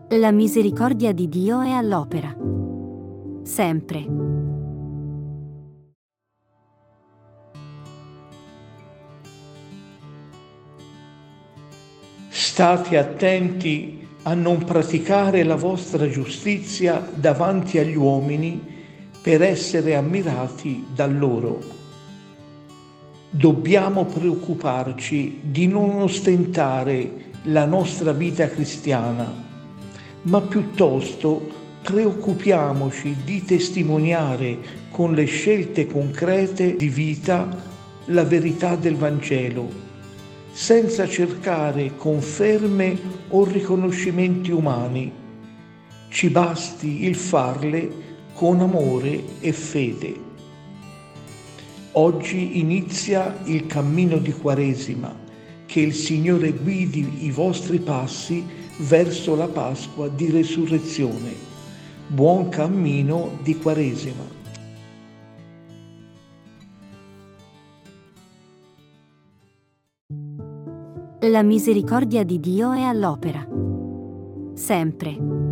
La misericordia di Dio è all'opera. Sempre. State attenti a non praticare la vostra giustizia davanti agli uomini per essere ammirati da loro. Dobbiamo preoccuparci di non ostentare la nostra vita cristiana, ma piuttosto preoccupiamoci di testimoniare con le scelte concrete di vita la verità del Vangelo, senza cercare conferme o riconoscimenti umani. Ci basti il farle con amore e fede. Oggi inizia il cammino di Quaresima. Che il Signore guidi i vostri passi verso la Pasqua di Resurrezione. Buon cammino di Quaresima. La misericordia di Dio è all'opera. Sempre.